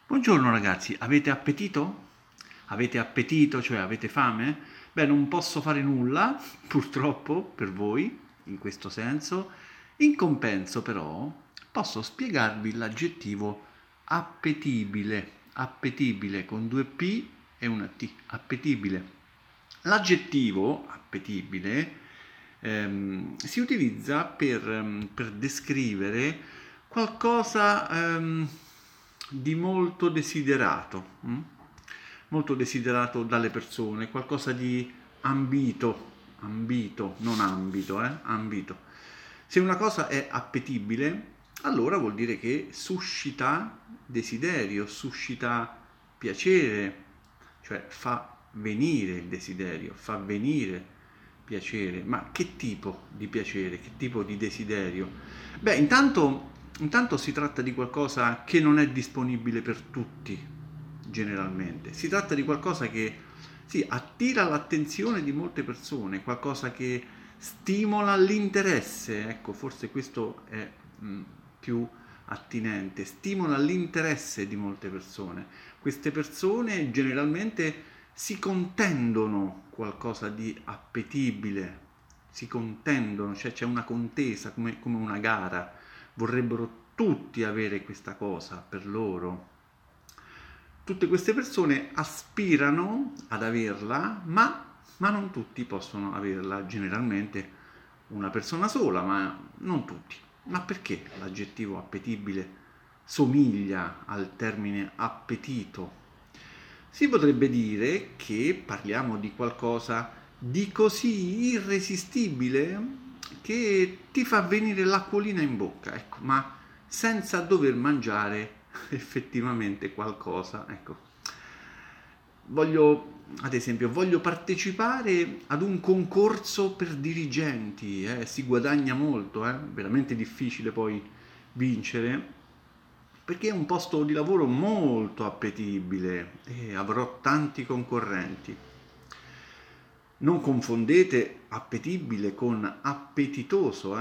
Buongiorno ragazzi, avete appetito? Avete appetito, cioè avete fame? Beh, non posso fare nulla, purtroppo, per voi, in questo senso. In compenso, però, posso spiegarvi l'aggettivo appetibile. Appetibile con due P e una T. Appetibile. L'aggettivo appetibile si utilizza per descrivere qualcosa di molto desiderato, molto desiderato dalle persone, qualcosa di ambito, ambito, non ambito, ambito. Se una cosa è appetibile, allora vuol dire che suscita desiderio, suscita piacere, cioè fa venire il desiderio, fa venire piacere. Ma che tipo di piacere, che tipo di desiderio? Beh, intanto si tratta di qualcosa che non è disponibile per tutti, generalmente. Si tratta di qualcosa che sì, attira l'attenzione di molte persone, qualcosa che stimola l'interesse. Ecco, forse questo è più attinente, stimola l'interesse di molte persone. Queste persone generalmente si contendono qualcosa di appetibile, si contendono, cioè c'è una contesa come una gara, vorrebbero tutti avere questa cosa per loro. Tutte queste persone aspirano ad averla, ma non tutti possono averla, generalmente una persona sola, ma non tutti. Ma perché l'aggettivo appetibile somiglia al termine appetito? Si potrebbe dire che parliamo di qualcosa di così irresistibile che ti fa venire l'acquolina in bocca, ecco, ma senza dover mangiare effettivamente qualcosa, ecco. Ad esempio, voglio partecipare ad un concorso per dirigenti, si guadagna molto, veramente difficile poi vincere, perché è un posto di lavoro molto appetibile e avrò tanti concorrenti. Non confondete appetibile con appetitoso,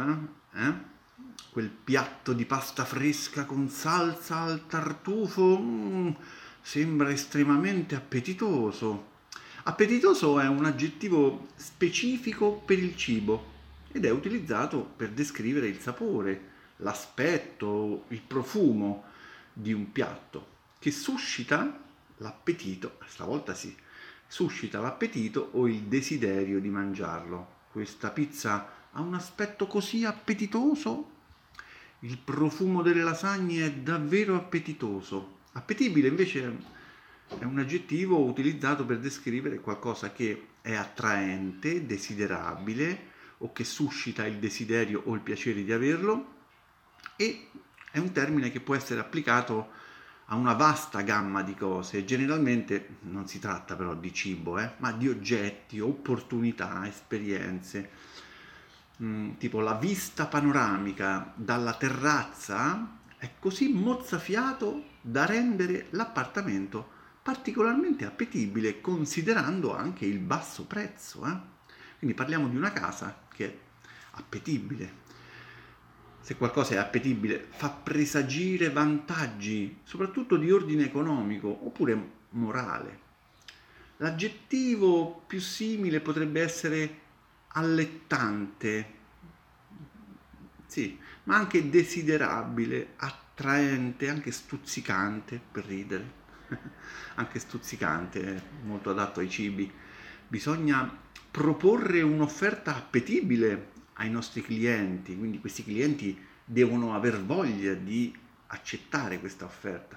Quel piatto di pasta fresca con salsa al tartufo, sembra estremamente appetitoso. Appetitoso è un aggettivo specifico per il cibo ed è utilizzato per descrivere il sapore, l'aspetto, il profumo di un piatto che suscita l'appetito, stavolta sì, suscita l'appetito o il desiderio di mangiarlo. Questa pizza ha un aspetto così appetitoso. Il profumo delle lasagne è davvero appetitoso. Appetibile invece è un aggettivo utilizzato per descrivere qualcosa che è attraente, desiderabile o che suscita il desiderio o il piacere di averlo, e è un termine che può essere applicato a una vasta gamma di cose. Generalmente non si tratta però di cibo, ma di oggetti, opportunità, esperienze. Tipo la vista panoramica dalla terrazza è così mozzafiato da rendere l'appartamento particolarmente appetibile, considerando anche il basso prezzo. Quindi parliamo di una casa che è appetibile. Se qualcosa è appetibile, fa presagire vantaggi, soprattutto di ordine economico oppure morale. L'aggettivo più simile potrebbe essere allettante, sì, ma anche desiderabile, attraente, anche stuzzicante, per ridere. Anche stuzzicante, molto adatto ai cibi. Bisogna proporre un'offerta appetibile ai nostri clienti, quindi questi clienti devono aver voglia di accettare questa offerta.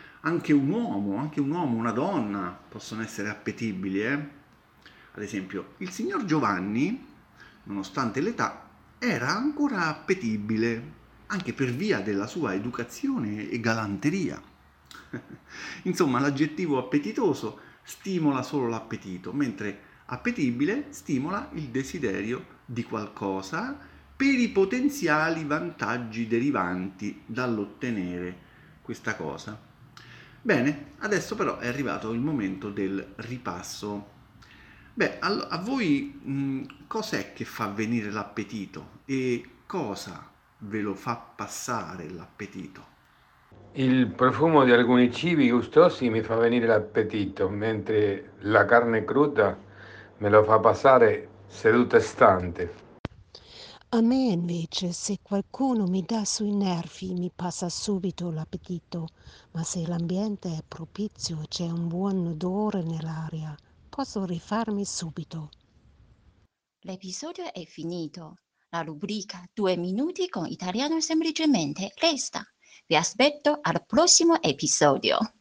Anche un uomo, una donna possono essere appetibili, Ad esempio, il signor Giovanni, nonostante l'età, era ancora appetibile, anche per via della sua educazione e galanteria. Insomma, l'aggettivo appetitoso stimola solo l'appetito, mentre appetibile stimola il desiderio di qualcosa per i potenziali vantaggi derivanti dall'ottenere questa cosa. Bene, adesso però è arrivato il momento del ripasso. Beh, a voi cos'è che fa venire l'appetito e cosa ve lo fa passare l'appetito? Il profumo di alcuni cibi gustosi mi fa venire l'appetito, mentre la carne cruda me lo fa passare seduta stante. A me invece, se qualcuno mi dà sui nervi, mi passa subito l'appetito, ma se l'ambiente è propizio e c'è un buon odore nell'aria, posso rifarmi subito. L'episodio è finito. La rubrica 2 minuti con italiano semplicemente resta. Vi aspetto al prossimo episodio.